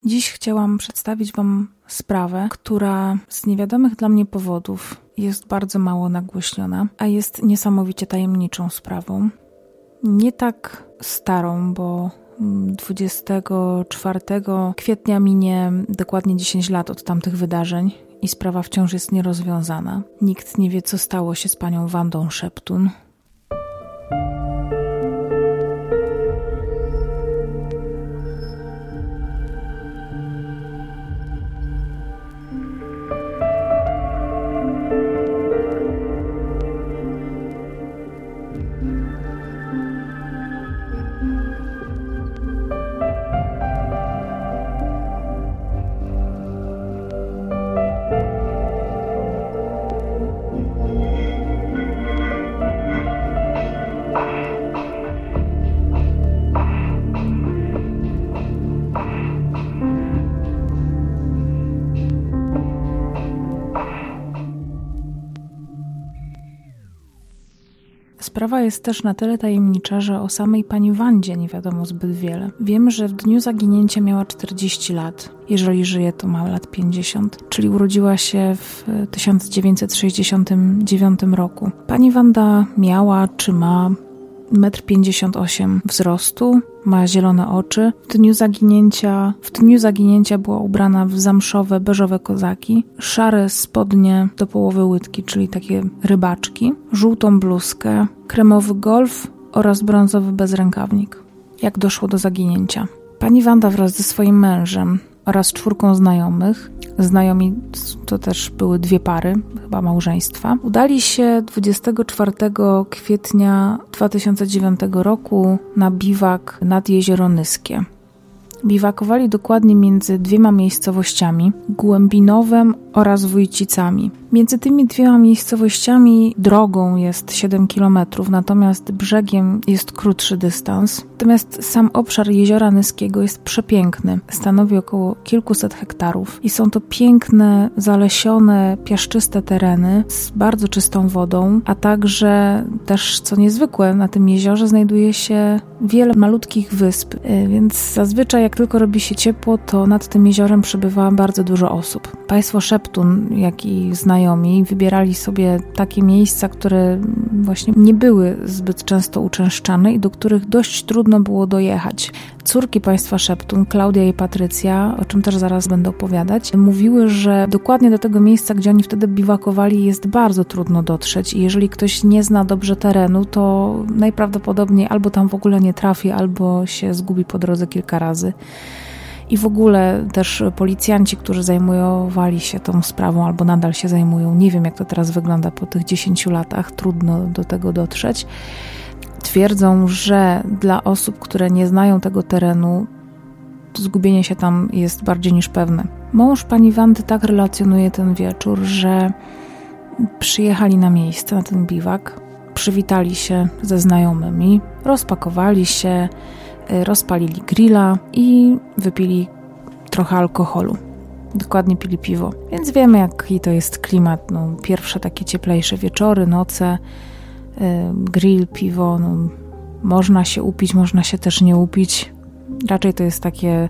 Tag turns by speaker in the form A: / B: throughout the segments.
A: Dziś chciałam przedstawić Wam sprawę, która z niewiadomych dla mnie powodów jest bardzo mało nagłośniona, a jest niesamowicie tajemniczą sprawą. Nie tak starą, bo 24 kwietnia minie dokładnie 10 lat od tamtych wydarzeń i sprawa wciąż jest nierozwiązana. Nikt nie wie, co stało się z panią Wandą Szeptun. Sprawa jest też na tyle tajemnicza, że o samej pani Wandzie nie wiadomo zbyt wiele. Wiemy, że w dniu zaginięcia miała 40 lat. Jeżeli żyje, to ma lat 50, czyli urodziła się w 1969 roku. Pani Wanda miała, czy ma 1,58 m wzrostu, ma zielone oczy. W dniu zaginięcia była ubrana w zamszowe, beżowe kozaki, szare spodnie do połowy łydki, czyli takie rybaczki, żółtą bluzkę, kremowy golf oraz brązowy bezrękawnik. Jak doszło do zaginięcia? Pani Wanda wraz ze swoim mężem oraz 4 znajomych, znajomi to też były 2 pary, chyba małżeństwa, udali się 24 kwietnia 2009 roku na biwak nad Jezioro Nyskie. Biwakowali dokładnie między 2 miejscowościami, Głębinowem oraz Wójcicami. Między tymi 2 miejscowościami drogą jest 7 km, natomiast brzegiem jest krótszy dystans. Natomiast sam obszar Jeziora Nyskiego jest przepiękny, stanowi około kilkuset hektarów i są to piękne, zalesione, piaszczyste tereny z bardzo czystą wodą, a także też, co niezwykłe, na tym jeziorze znajduje się wiele malutkich wysp, więc zazwyczaj jak tylko robi się ciepło, to nad tym jeziorem przybywa bardzo dużo osób. Państwo Szeptun, jak i znajomi wybierali sobie takie miejsca, które właśnie nie były zbyt często uczęszczane i do których dość trudno było dojechać. Córki państwa Szeptun, Klaudia i Patrycja, o czym też zaraz będę opowiadać, mówiły, że dokładnie do tego miejsca, gdzie oni wtedy biwakowali, jest bardzo trudno dotrzeć i jeżeli ktoś nie zna dobrze terenu, to najprawdopodobniej albo tam w ogóle nie trafi, albo się zgubi po drodze kilka razy. I w ogóle też policjanci, którzy zajmowali się tą sprawą albo nadal się zajmują, nie wiem jak to teraz wygląda po tych 10 latach, trudno do tego dotrzeć, twierdzą, że dla osób, które nie znają tego terenu, to zgubienie się tam jest bardziej niż pewne. Mąż pani Wandy tak relacjonuje ten wieczór, że przyjechali na miejsce, na ten biwak, przywitali się ze znajomymi, rozpakowali się, rozpalili grilla i wypili trochę alkoholu. Dokładnie pili piwo. Więc wiemy, jaki to jest klimat. Pierwsze takie cieplejsze wieczory, noce, grill, piwo. Można się upić, można się też nie upić. Raczej to jest takie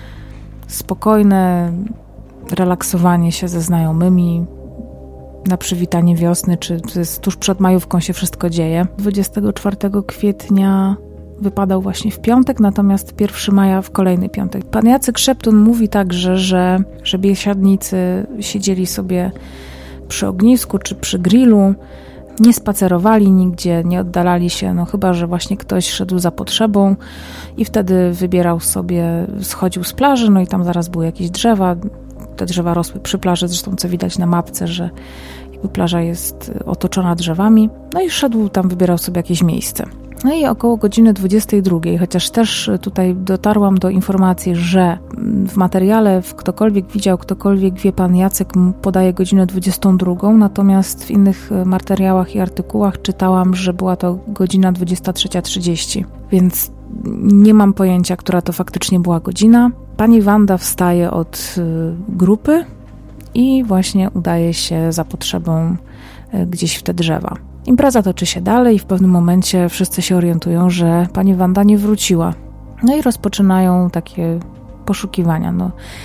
A: spokojne relaksowanie się ze znajomymi na przywitanie wiosny, czy to jest tuż przed majówką się wszystko dzieje. 24 kwietnia wypadał właśnie w piątek, natomiast 1 maja w kolejny piątek. Pan Jacek Szeptun mówi także, że biesiadnicy siedzieli sobie przy ognisku czy przy grillu, nie spacerowali nigdzie, nie oddalali się, chyba że właśnie ktoś szedł za potrzebą i wtedy wybierał sobie, schodził z plaży, i tam zaraz były jakieś drzewa. Te drzewa rosły przy plaży, zresztą co widać na mapce, że jakby plaża jest otoczona drzewami. I szedł tam, wybierał sobie jakieś miejsce. I około godziny 22, chociaż też tutaj dotarłam do informacji, że w materiale ktokolwiek widział, ktokolwiek wie, pan Jacek podaje godzinę 22, natomiast w innych materiałach i artykułach czytałam, że była to godzina 23:30, więc nie mam pojęcia, która to faktycznie była godzina. Pani Wanda wstaje od grupy i właśnie udaje się za potrzebą gdzieś w te drzewa. Impreza toczy się dalej i w pewnym momencie wszyscy się orientują, że pani Wanda nie wróciła. I rozpoczynają takie poszukiwania.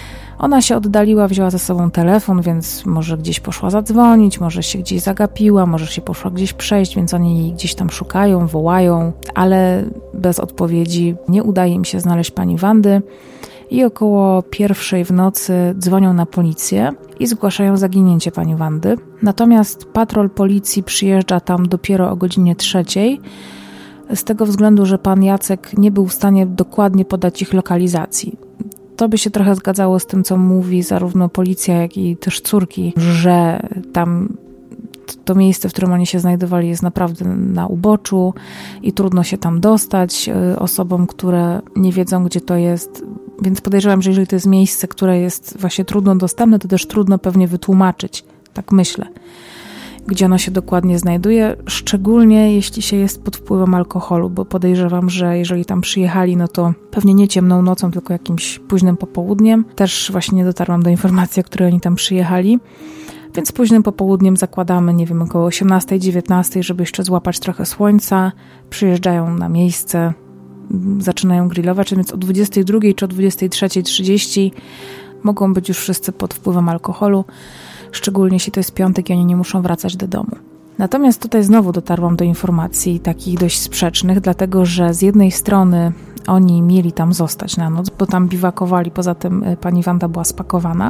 A: Ona się oddaliła, wzięła ze sobą telefon, więc może gdzieś poszła zadzwonić, może się gdzieś zagapiła, może się poszła gdzieś przejść, więc oni jej gdzieś tam szukają, wołają, ale bez odpowiedzi. Nie udaje im się znaleźć pani Wandy i około 1:00 w nocy dzwonią na policję i zgłaszają zaginięcie pani Wandy. Natomiast patrol policji przyjeżdża tam dopiero o godzinie 3:00, z tego względu, że pan Jacek nie był w stanie dokładnie podać ich lokalizacji. To by się trochę zgadzało z tym, co mówi zarówno policja, jak i też córki, że tam to miejsce, w którym oni się znajdowali, jest naprawdę na uboczu i trudno się tam dostać osobom, które nie wiedzą, gdzie to jest. Więc podejrzewam, że jeżeli to jest miejsce, które jest właśnie trudno dostępne, to też trudno pewnie wytłumaczyć, tak myślę, gdzie ono się dokładnie znajduje, szczególnie jeśli się jest pod wpływem alkoholu, bo podejrzewam, że jeżeli tam przyjechali, no to pewnie nie ciemną nocą, tylko jakimś późnym popołudniem. Też właśnie nie dotarłam do informacji, o której oni tam przyjechali, więc późnym popołudniem zakładamy, nie wiem, około 18-19, żeby jeszcze złapać trochę słońca, przyjeżdżają na miejsce, zaczynają grillować, więc o 22 czy o 23:30 mogą być już wszyscy pod wpływem alkoholu, szczególnie jeśli to jest piątek i oni nie muszą wracać do domu. Natomiast tutaj znowu dotarłam do informacji takich dość sprzecznych, dlatego że z jednej strony oni mieli tam zostać na noc, bo tam biwakowali, poza tym pani Wanda była spakowana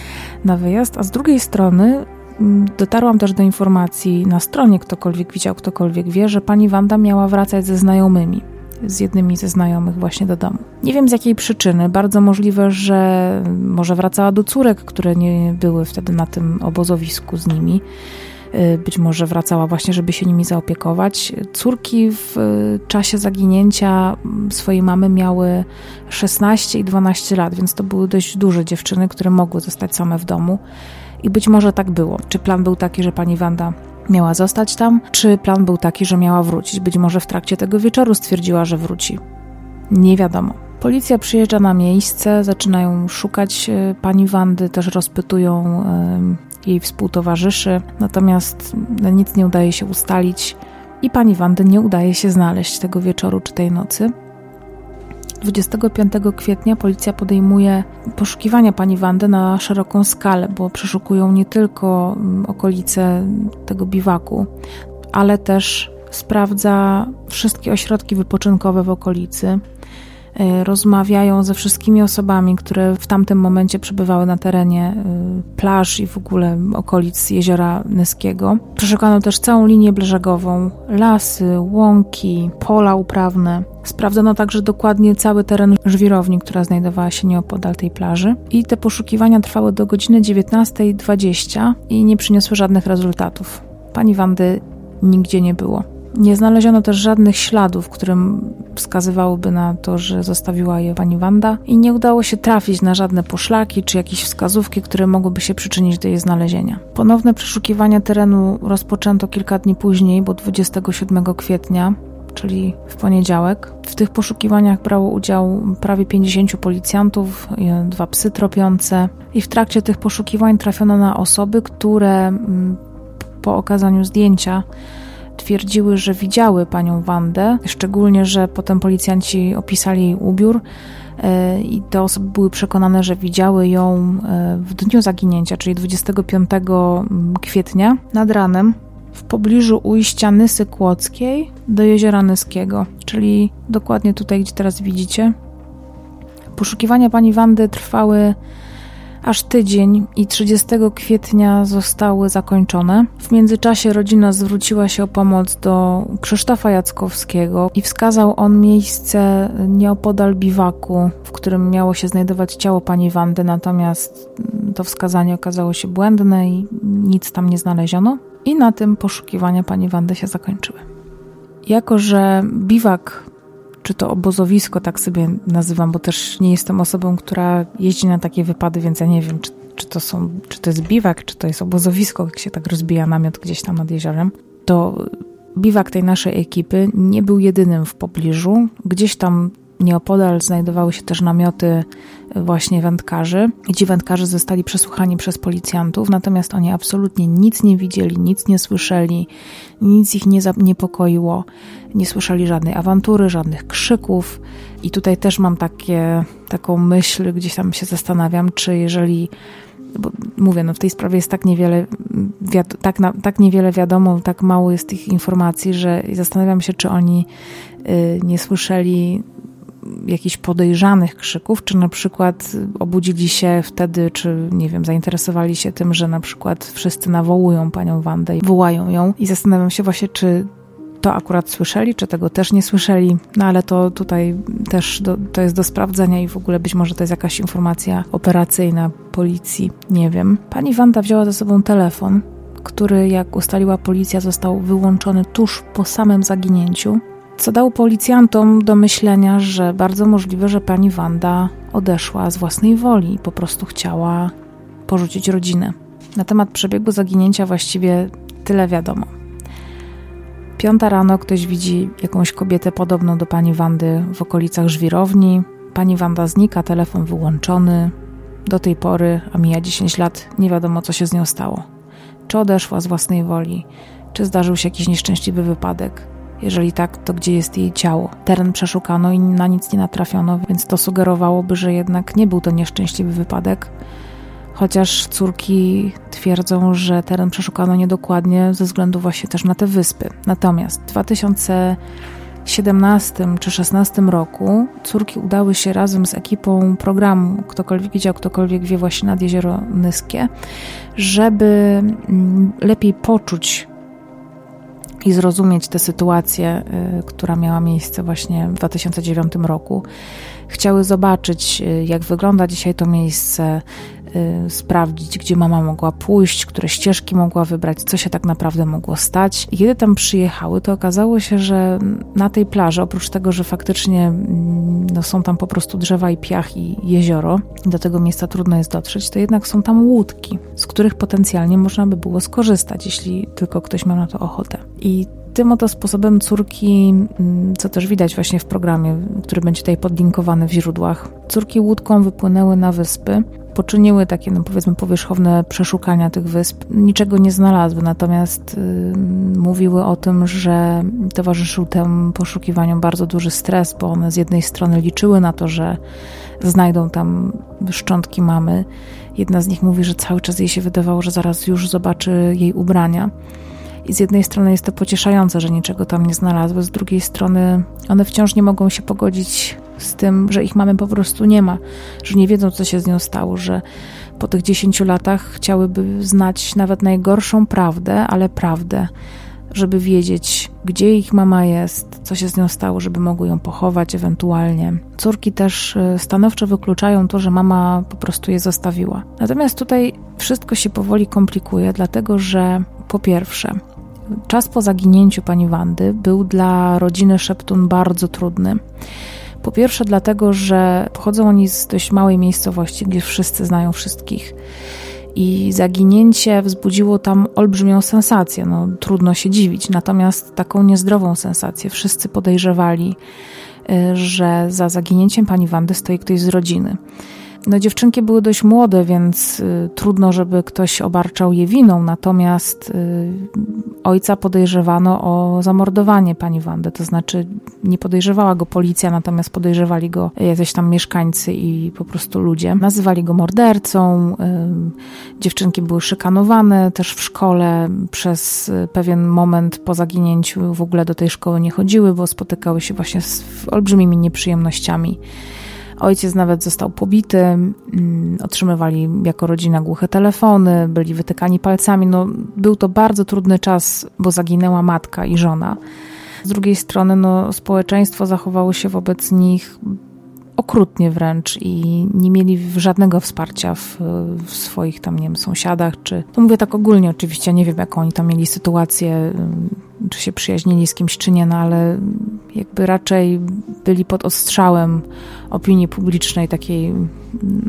A: na wyjazd, a z drugiej strony dotarłam też do informacji na stronie, ktokolwiek widział, ktokolwiek wie, że pani Wanda miała wracać ze znajomymi, z jednymi ze znajomych właśnie do domu. Nie wiem z jakiej przyczyny, bardzo możliwe, że może wracała do córek, które nie były wtedy na tym obozowisku z nimi. Być może wracała właśnie, żeby się nimi zaopiekować. Córki w czasie zaginięcia swojej mamy miały 16 i 12 lat, więc to były dość duże dziewczyny, które mogły zostać same w domu. I być może tak było. Czy plan był taki, że pani Wanda miała zostać tam, czy plan był taki, że miała wrócić? Być może w trakcie tego wieczoru stwierdziła, że wróci. Nie wiadomo. Policja przyjeżdża na miejsce, zaczynają szukać pani Wandy, też rozpytują jej współtowarzyszy, natomiast nic nie udaje się ustalić i pani Wandy nie udaje się znaleźć tego wieczoru czy tej nocy. 25 kwietnia policja podejmuje poszukiwania pani Wandy na szeroką skalę, bo przeszukują nie tylko okolice tego biwaku, ale też sprawdza wszystkie ośrodki wypoczynkowe w okolicy. Rozmawiają ze wszystkimi osobami, które w tamtym momencie przebywały na terenie plaż i w ogóle okolic jeziora Nyskiego. Przeszukano też całą linię brzegową, lasy, łąki, pola uprawne. Sprawdzono także dokładnie cały teren żwirowni, która znajdowała się nieopodal tej plaży. I te poszukiwania trwały do godziny 19:20 i nie przyniosły żadnych rezultatów. Pani Wandy nigdzie nie było. Nie znaleziono też żadnych śladów, które wskazywałyby na to, że zostawiła je pani Wanda i nie udało się trafić na żadne poszlaki czy jakieś wskazówki, które mogłyby się przyczynić do jej znalezienia. Ponowne przeszukiwania terenu rozpoczęto kilka dni później, bo 27 kwietnia, czyli w poniedziałek. W tych poszukiwaniach brało udział prawie 50 policjantów, 2 psy tropiące i w trakcie tych poszukiwań trafiono na osoby, które po okazaniu zdjęcia twierdziły, że widziały panią Wandę, szczególnie, że potem policjanci opisali jej ubiór i te osoby były przekonane, że widziały ją w dniu zaginięcia, czyli 25 kwietnia nad ranem w pobliżu ujścia Nysy Kłodzkiej do jeziora Nyskiego, czyli dokładnie tutaj, gdzie teraz widzicie. Poszukiwania pani Wandy trwały aż tydzień i 30 kwietnia zostały zakończone. W międzyczasie rodzina zwróciła się o pomoc do Krzysztofa Jackowskiego i wskazał on miejsce nieopodal biwaku, w którym miało się znajdować ciało pani Wandy, natomiast to wskazanie okazało się błędne i nic tam nie znaleziono. I na tym poszukiwania pani Wandy się zakończyły. Jako że biwak, czy to obozowisko, tak sobie nazywam, bo też nie jestem osobą, która jeździ na takie wypady, więc ja nie wiem, czy to jest biwak, czy to jest obozowisko, jak się tak rozbija namiot gdzieś tam nad jeziorem, to biwak tej naszej ekipy nie był jedynym w pobliżu. Gdzieś tam Nieopodal znajdowały się też namioty właśnie wędkarzy. I ci wędkarze zostali przesłuchani przez policjantów, natomiast oni absolutnie nic nie widzieli, nic nie słyszeli, nic ich nie niepokoiło. Nie słyszeli żadnej awantury, żadnych krzyków. I tutaj też mam taką myśl, gdzieś tam się zastanawiam, czy jeżeli, bo mówię, w tej sprawie jest tak niewiele wiadomo, tak mało jest tych informacji, że zastanawiam się, czy oni nie słyszeli jakichś podejrzanych krzyków, czy na przykład obudzili się wtedy, czy nie wiem, zainteresowali się tym, że na przykład wszyscy nawołują panią Wandę i wołają ją. I zastanawiam się właśnie, czy to akurat słyszeli, czy tego też nie słyszeli, ale to tutaj też to jest do sprawdzenia i w ogóle być może to jest jakaś informacja operacyjna policji, nie wiem. Pani Wanda wzięła ze sobą telefon, który, jak ustaliła policja, został wyłączony tuż po samym zaginięciu, co dało policjantom do myślenia, że bardzo możliwe, że pani Wanda odeszła z własnej woli i po prostu chciała porzucić rodzinę. Na temat przebiegu zaginięcia właściwie tyle wiadomo. 5 rano ktoś widzi jakąś kobietę podobną do pani Wandy w okolicach żwirowni. Pani Wanda znika, telefon wyłączony. Do tej pory, a mija 10 lat, nie wiadomo, co się z nią stało. Czy odeszła z własnej woli, czy zdarzył się jakiś nieszczęśliwy wypadek. Jeżeli tak, to gdzie jest jej ciało? Teren przeszukano i na nic nie natrafiono, więc to sugerowałoby, że jednak nie był to nieszczęśliwy wypadek. Chociaż córki twierdzą, że teren przeszukano niedokładnie ze względu właśnie też na te wyspy. Natomiast w 2017 czy 2016 roku córki udały się razem z ekipą programu Ktokolwiek widział, ktokolwiek wie właśnie nad Jezioro Nyskie, żeby lepiej poczuć i zrozumieć tę sytuację, która miała miejsce właśnie w 2009 roku. Chciały zobaczyć, jak wygląda dzisiaj to miejsce, sprawdzić, gdzie mama mogła pójść, które ścieżki mogła wybrać, co się tak naprawdę mogło stać. I kiedy tam przyjechały, to okazało się, że na tej plaży, oprócz tego, że faktycznie są tam po prostu drzewa i piach i jezioro, i do tego miejsca trudno jest dotrzeć, to jednak są tam łódki, z których potencjalnie można by było skorzystać, jeśli tylko ktoś miał na to ochotę. I tym oto sposobem córki, co też widać właśnie w programie, który będzie tutaj podlinkowany w źródłach, córki łódką wypłynęły na wyspy, poczyniły takie, powiedzmy, powierzchowne przeszukania tych wysp. Niczego nie znalazły, natomiast mówiły o tym, że towarzyszył temu poszukiwaniom bardzo duży stres, bo one z jednej strony liczyły na to, że znajdą tam szczątki mamy. Jedna z nich mówi, że cały czas jej się wydawało, że zaraz już zobaczy jej ubrania. I z jednej strony jest to pocieszające, że niczego tam nie znalazły, z drugiej strony one wciąż nie mogą się pogodzić z tym, że ich mamy po prostu nie ma, że nie wiedzą, co się z nią stało, że po tych 10 latach chciałyby znać nawet najgorszą prawdę, ale prawdę, żeby wiedzieć, gdzie ich mama jest, co się z nią stało, żeby mogły ją pochować ewentualnie. Córki też stanowczo wykluczają to, że mama po prostu je zostawiła. Natomiast tutaj wszystko się powoli komplikuje, dlatego że po pierwsze, czas po zaginięciu pani Wandy był dla rodziny Szeptun bardzo trudny. Po pierwsze dlatego, że pochodzą oni z dość małej miejscowości, gdzie wszyscy znają wszystkich. I zaginięcie wzbudziło tam olbrzymią sensację. Trudno się dziwić, natomiast taką niezdrową sensację. Wszyscy podejrzewali, że za zaginięciem pani Wandy stoi ktoś z rodziny. Dziewczynki były dość młode, więc trudno, żeby ktoś obarczał je winą, natomiast ojca podejrzewano o zamordowanie pani Wandy, to znaczy nie podejrzewała go policja, natomiast podejrzewali go jacyś tam mieszkańcy i po prostu ludzie. Nazywali go mordercą, dziewczynki były szykanowane też w szkole, przez pewien moment po zaginięciu w ogóle do tej szkoły nie chodziły, bo spotykały się właśnie z olbrzymimi nieprzyjemnościami. Ojciec nawet został pobity, otrzymywali jako rodzina głuche telefony, byli wytykani palcami. Był to bardzo trudny czas, bo zaginęła matka i żona. Z drugiej strony społeczeństwo zachowało się wobec nich okrutnie wręcz i nie mieli żadnego wsparcia w swoich tam, nie wiem, sąsiadach, czy... To mówię tak ogólnie oczywiście, nie wiem, jaką oni tam mieli sytuację, czy się przyjaźnili z kimś, czy nie, ale jakby raczej byli pod ostrzałem opinii publicznej, takiej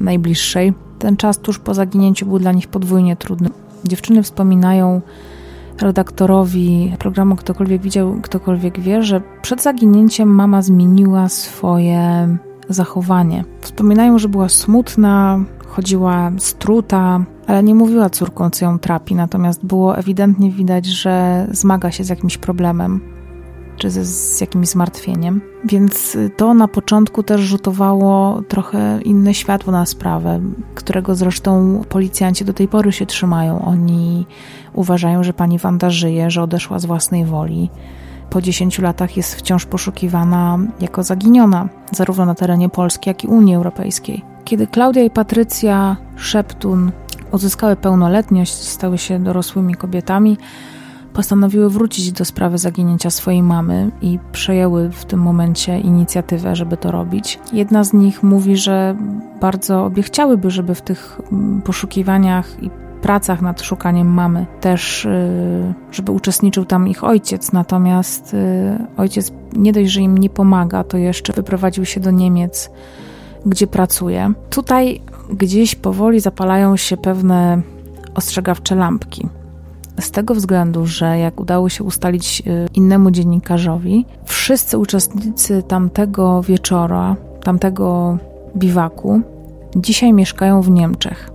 A: najbliższej. Ten czas tuż po zaginięciu był dla nich podwójnie trudny. Dziewczyny wspominają, redaktorowi programu Ktokolwiek widział, ktokolwiek wie, że przed zaginięciem mama zmieniła swoje zachowanie. Wspominają, że była smutna, chodziła struta, ale nie mówiła córkom, co ją trapi, natomiast było ewidentnie widać, że zmaga się z jakimś problemem, czy z jakimś zmartwieniem. Więc to na początku też rzutowało trochę inne światło na sprawę, którego zresztą policjanci do tej pory się trzymają. Oni uważają, że pani Wanda żyje, że odeszła z własnej woli. Po 10 latach jest wciąż poszukiwana jako zaginiona, zarówno na terenie Polski, jak i Unii Europejskiej. Kiedy Klaudia i Patrycja Szeptun uzyskały pełnoletność, stały się dorosłymi kobietami, postanowiły wrócić do sprawy zaginięcia swojej mamy i przejęły w tym momencie inicjatywę, żeby to robić. Jedna z nich mówi, że bardzo obie chciałyby, żeby w tych poszukiwaniach i pracach nad szukaniem mamy też, żeby uczestniczył tam ich ojciec, natomiast ojciec nie dość, że im nie pomaga, to jeszcze wyprowadził się do Niemiec, gdzie pracuje. Tutaj gdzieś powoli zapalają się pewne ostrzegawcze lampki. Z tego względu, że jak udało się ustalić innemu dziennikarzowi, wszyscy uczestnicy tamtego wieczora, tamtego biwaku dzisiaj mieszkają w Niemczech.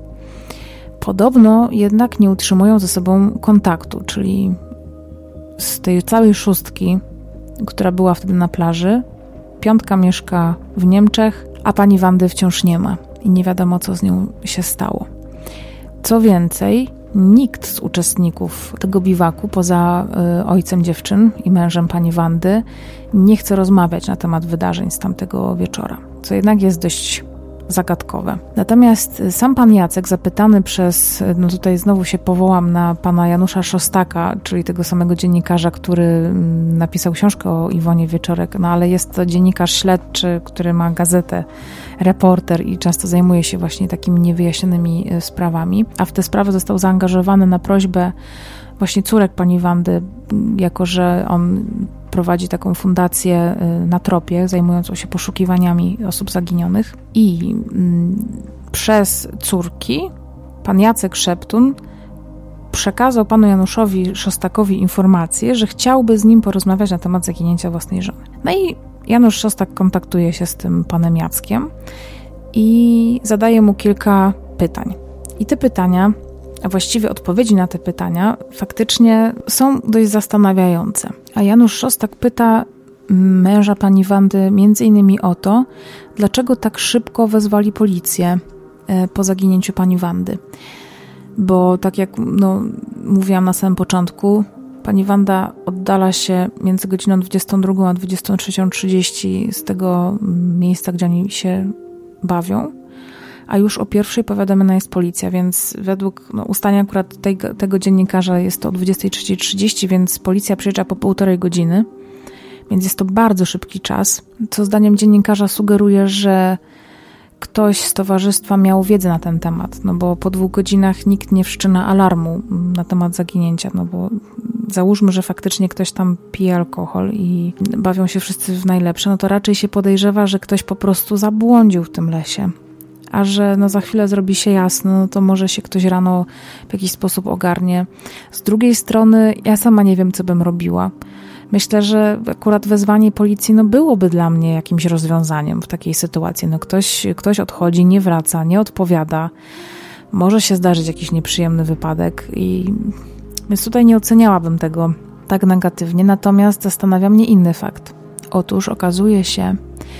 A: Podobno jednak nie utrzymują ze sobą kontaktu, czyli z tej całej 6, która była wtedy na plaży, 5 mieszka w Niemczech, a pani Wandy wciąż nie ma i nie wiadomo, co z nią się stało. Co więcej, nikt z uczestników tego biwaku, poza ojcem dziewczyn i mężem pani Wandy, nie chce rozmawiać na temat wydarzeń z tamtego wieczora, co jednak jest dość zagadkowe. Natomiast sam pan Jacek, zapytany przez, tutaj znowu się powołam na pana Janusza Szostaka, czyli tego samego dziennikarza, który napisał książkę o Iwonie Wieczorek, ale jest to dziennikarz śledczy, który ma gazetę Reporter i często zajmuje się właśnie takimi niewyjaśnionymi sprawami, a w te sprawy został zaangażowany na prośbę właśnie córek pani Wandy, jako że on prowadzi taką fundację na tropie, zajmującą się poszukiwaniami osób zaginionych i przez córki pan Jacek Szeptun przekazał panu Januszowi Szostakowi informację, że chciałby z nim porozmawiać na temat zaginięcia własnej żony. No i Janusz Szostak kontaktuje się z tym panem Jackiem i zadaje mu kilka pytań. I te pytania, a właściwie odpowiedzi na te pytania faktycznie są dość zastanawiające. A Janusz Szostak pyta męża pani Wandy między innymi o to, dlaczego tak szybko wezwali policję po zaginięciu pani Wandy. Bo tak jak mówiłam na samym początku, pani Wanda oddala się między godziną 22 a 23:30 z tego miejsca, gdzie oni się bawią, a już o 1:00 powiadomiona jest policja, więc według ustaleń akurat tego dziennikarza jest to o 23:30, więc policja przyjeżdża po 1,5 godziny, więc jest to bardzo szybki czas, co zdaniem dziennikarza sugeruje, że ktoś z towarzystwa miał wiedzę na ten temat, bo po 2 godzinach nikt nie wszczyna alarmu na temat zaginięcia, bo załóżmy, że faktycznie ktoś tam pije alkohol i bawią się wszyscy w najlepsze, to raczej się podejrzewa, że ktoś po prostu zabłądził w tym lesie. A że za chwilę zrobi się jasno, to może się ktoś rano w jakiś sposób ogarnie. Z drugiej strony ja sama nie wiem, co bym robiła. Myślę, że akurat wezwanie policji byłoby dla mnie jakimś rozwiązaniem w takiej sytuacji. Ktoś odchodzi, nie wraca, nie odpowiada. Może się zdarzyć jakiś nieprzyjemny wypadek więc tutaj nie oceniałabym tego tak negatywnie. Natomiast zastanawia mnie inny fakt. Otóż okazuje się,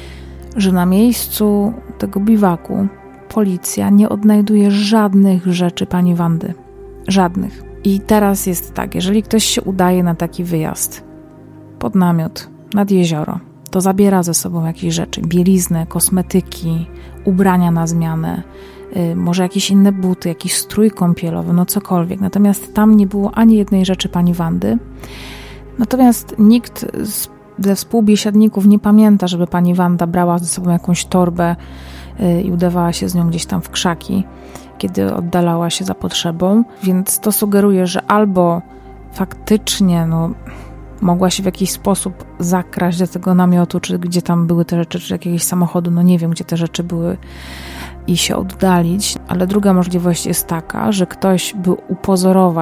A: że na miejscu tego biwaku policja nie odnajduje żadnych rzeczy pani Wandy. Żadnych. I teraz jest tak, jeżeli ktoś się udaje na taki wyjazd pod namiot, nad jezioro, to zabiera ze sobą jakieś rzeczy, bieliznę, kosmetyki, ubrania na zmianę, może jakieś inne buty, jakiś strój kąpielowy, cokolwiek. Natomiast tam nie było ani jednej rzeczy pani Wandy. Natomiast nikt ze współbiesiadników nie pamięta, żeby pani Wanda brała ze sobą jakąś torbę i udawała się z nią gdzieś tam w krzaki, kiedy oddalała się za potrzebą, więc to sugeruje, że albo faktycznie mogła się w jakiś sposób zakraść do tego namiotu, czy gdzie tam były te rzeczy, czy jakiegoś samochodu, nie wiem, gdzie te rzeczy były i się oddalić, ale druga możliwość jest taka, że ktoś by upozorować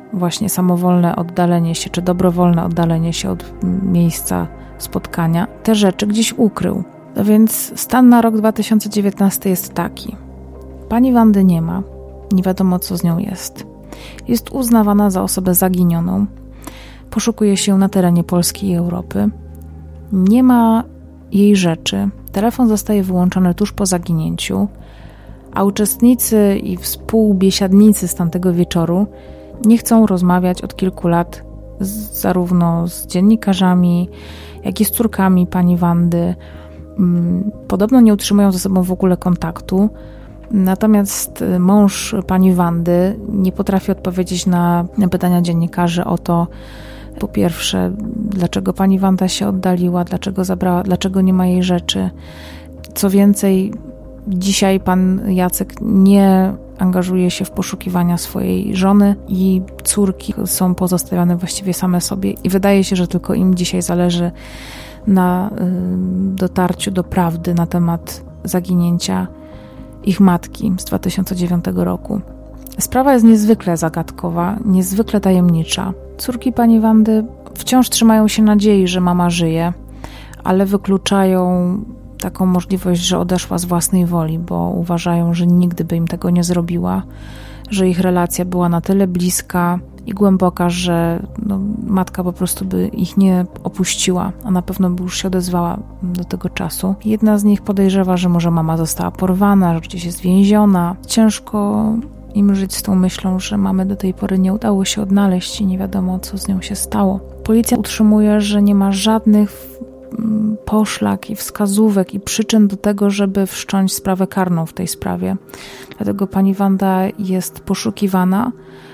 A: właśnie samowolne oddalenie się, czy dobrowolne oddalenie się od miejsca spotkania, te rzeczy gdzieś ukrył. No więc stan na rok 2019 jest taki. Pani Wandy nie ma, nie wiadomo co z nią jest. Jest uznawana za osobę zaginioną. Poszukuje się na terenie Polski i Europy. Nie ma jej rzeczy. Telefon zostaje wyłączony tuż po zaginięciu, a uczestnicy i współbiesiadnicy z tamtego wieczoru nie chcą rozmawiać od kilku lat zarówno z dziennikarzami, jak i z córkami pani Wandy. Podobno nie utrzymują ze sobą w ogóle kontaktu. Natomiast mąż pani Wandy nie potrafi odpowiedzieć na pytania dziennikarzy o to, po pierwsze, dlaczego pani Wanda się oddaliła, dlaczego zabrała, dlaczego nie ma jej rzeczy. Co więcej, dzisiaj pan Jacek nie angażuje się w poszukiwania swojej żony i córki są pozostawione właściwie same sobie i wydaje się, że tylko im dzisiaj zależy na dotarciu do prawdy na temat zaginięcia ich matki z 2009 roku. Sprawa jest niezwykle zagadkowa, niezwykle tajemnicza. Córki pani Wandy wciąż trzymają się nadziei, że mama żyje, ale wykluczają taką możliwość, że odeszła z własnej woli, bo uważają, że nigdy by im tego nie zrobiła, że ich relacja była na tyle bliska i głęboka, że matka po prostu by ich nie opuściła, a na pewno by już się odezwała do tego czasu. Jedna z nich podejrzewa, że może mama została porwana, że gdzieś jest więziona. Ciężko im żyć z tą myślą, że mamy do tej pory nie udało się odnaleźć i nie wiadomo, co z nią się stało. Policja utrzymuje, że nie ma żadnych poszlak i wskazówek i przyczyn do tego, żeby wszcząć sprawę karną w tej sprawie. Dlatego pani Wanda jest poszukiwana,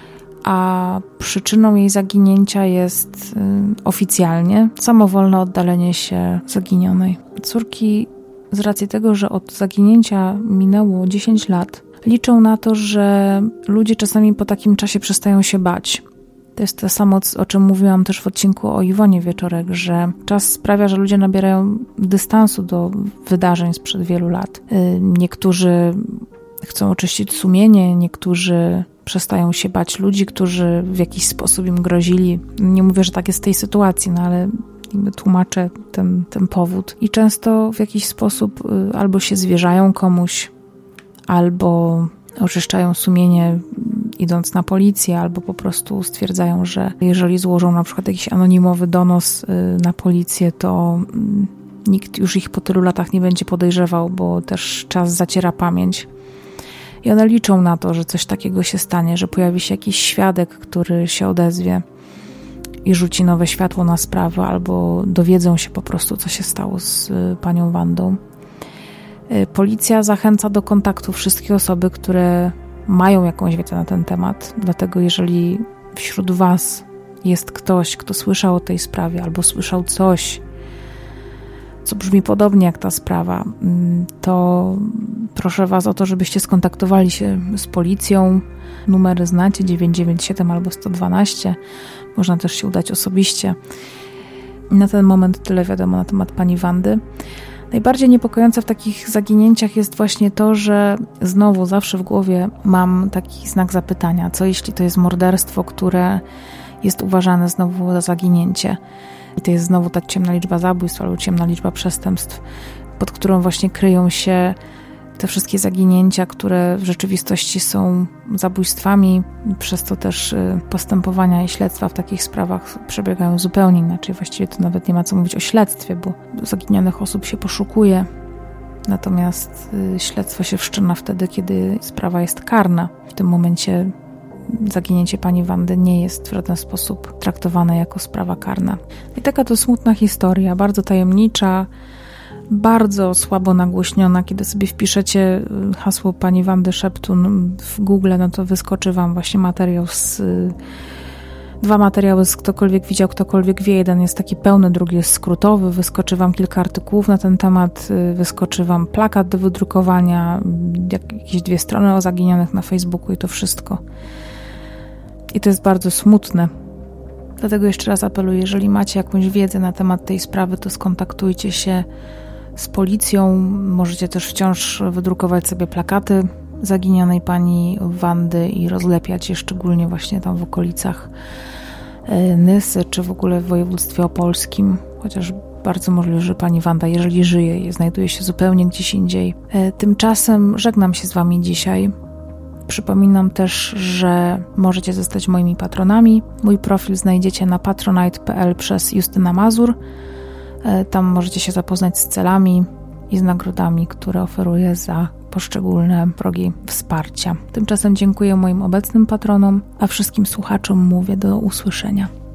A: a przyczyną jej zaginięcia jest oficjalnie samowolne oddalenie się zaginionej. Córki, z racji tego, że od zaginięcia minęło 10 lat, liczą na to, że ludzie czasami po takim czasie przestają się bać. To jest to samo, o czym mówiłam też w odcinku o Iwonie Wieczorek, że czas sprawia, że ludzie nabierają dystansu do wydarzeń sprzed wielu lat. Niektórzy chcą oczyścić sumienie, niektórzy przestają się bać ludzi, którzy w jakiś sposób im grozili. Nie mówię, że tak jest w tej sytuacji, ale tłumaczę ten powód. I często w jakiś sposób albo się zwierzają komuś, albo oczyszczają sumienie idąc na policję, albo po prostu stwierdzają, że jeżeli złożą na przykład jakiś anonimowy donos na policję, to nikt już ich po tylu latach nie będzie podejrzewał, bo też czas zaciera pamięć. I one liczą na to, że coś takiego się stanie, że pojawi się jakiś świadek, który się odezwie i rzuci nowe światło na sprawę, albo dowiedzą się po prostu, co się stało z panią Wandą. Policja zachęca do kontaktu wszystkie osoby, które mają jakąś wiedzę na ten temat. Dlatego jeżeli wśród was jest ktoś, kto słyszał o tej sprawie albo słyszał coś, co brzmi podobnie jak ta sprawa, to proszę was o to, żebyście skontaktowali się z policją. Numery znacie, 997 albo 112. Można też się udać osobiście. Na ten moment tyle wiadomo na temat pani Wandy. Najbardziej niepokojące w takich zaginięciach jest właśnie to, że znowu zawsze w głowie mam taki znak zapytania. Co jeśli to jest morderstwo, które jest uważane znowu za zaginięcie? I to jest znowu ta ciemna liczba zabójstw albo ciemna liczba przestępstw, pod którą właśnie kryją się te wszystkie zaginięcia, które w rzeczywistości są zabójstwami. Przez to też postępowania i śledztwa w takich sprawach przebiegają zupełnie inaczej. Właściwie to nawet nie ma co mówić o śledztwie, bo zaginionych osób się poszukuje. Natomiast śledztwo się wszczyna wtedy, kiedy sprawa jest karna. W tym momencie zaginięcie pani Wandy nie jest w żaden sposób traktowane jako sprawa karna. I taka to smutna historia, bardzo tajemnicza, bardzo słabo nagłośniona. Kiedy sobie wpiszecie hasło pani Wandy Szeptun w Google, no to wyskoczy wam właśnie materiał dwa materiały z Ktokolwiek widział, ktokolwiek wie. Jeden jest taki pełny, drugi jest skrótowy. Wyskoczy wam kilka artykułów na ten temat, wyskoczy wam plakat do wydrukowania, jakieś 2 strony o zaginionych na Facebooku i to wszystko. I to jest bardzo smutne. Dlatego jeszcze raz apeluję, jeżeli macie jakąś wiedzę na temat tej sprawy, to skontaktujcie się z policją. Możecie też wciąż wydrukować sobie plakaty zaginionej pani Wandy i rozlepiać je szczególnie właśnie tam w okolicach Nysy, czy w ogóle w województwie opolskim, chociaż bardzo możliwe, że pani Wanda, jeżeli żyje, znajduje się zupełnie gdzieś indziej. Tymczasem żegnam się z wami dzisiaj. Przypominam też, że możecie zostać moimi patronami. Mój profil znajdziecie na patronite.pl przez Justyna Mazur. Tam możecie się zapoznać z celami i z nagrodami, które oferuję za poszczególne progi wsparcia. Tymczasem dziękuję moim obecnym patronom, a wszystkim słuchaczom mówię do usłyszenia.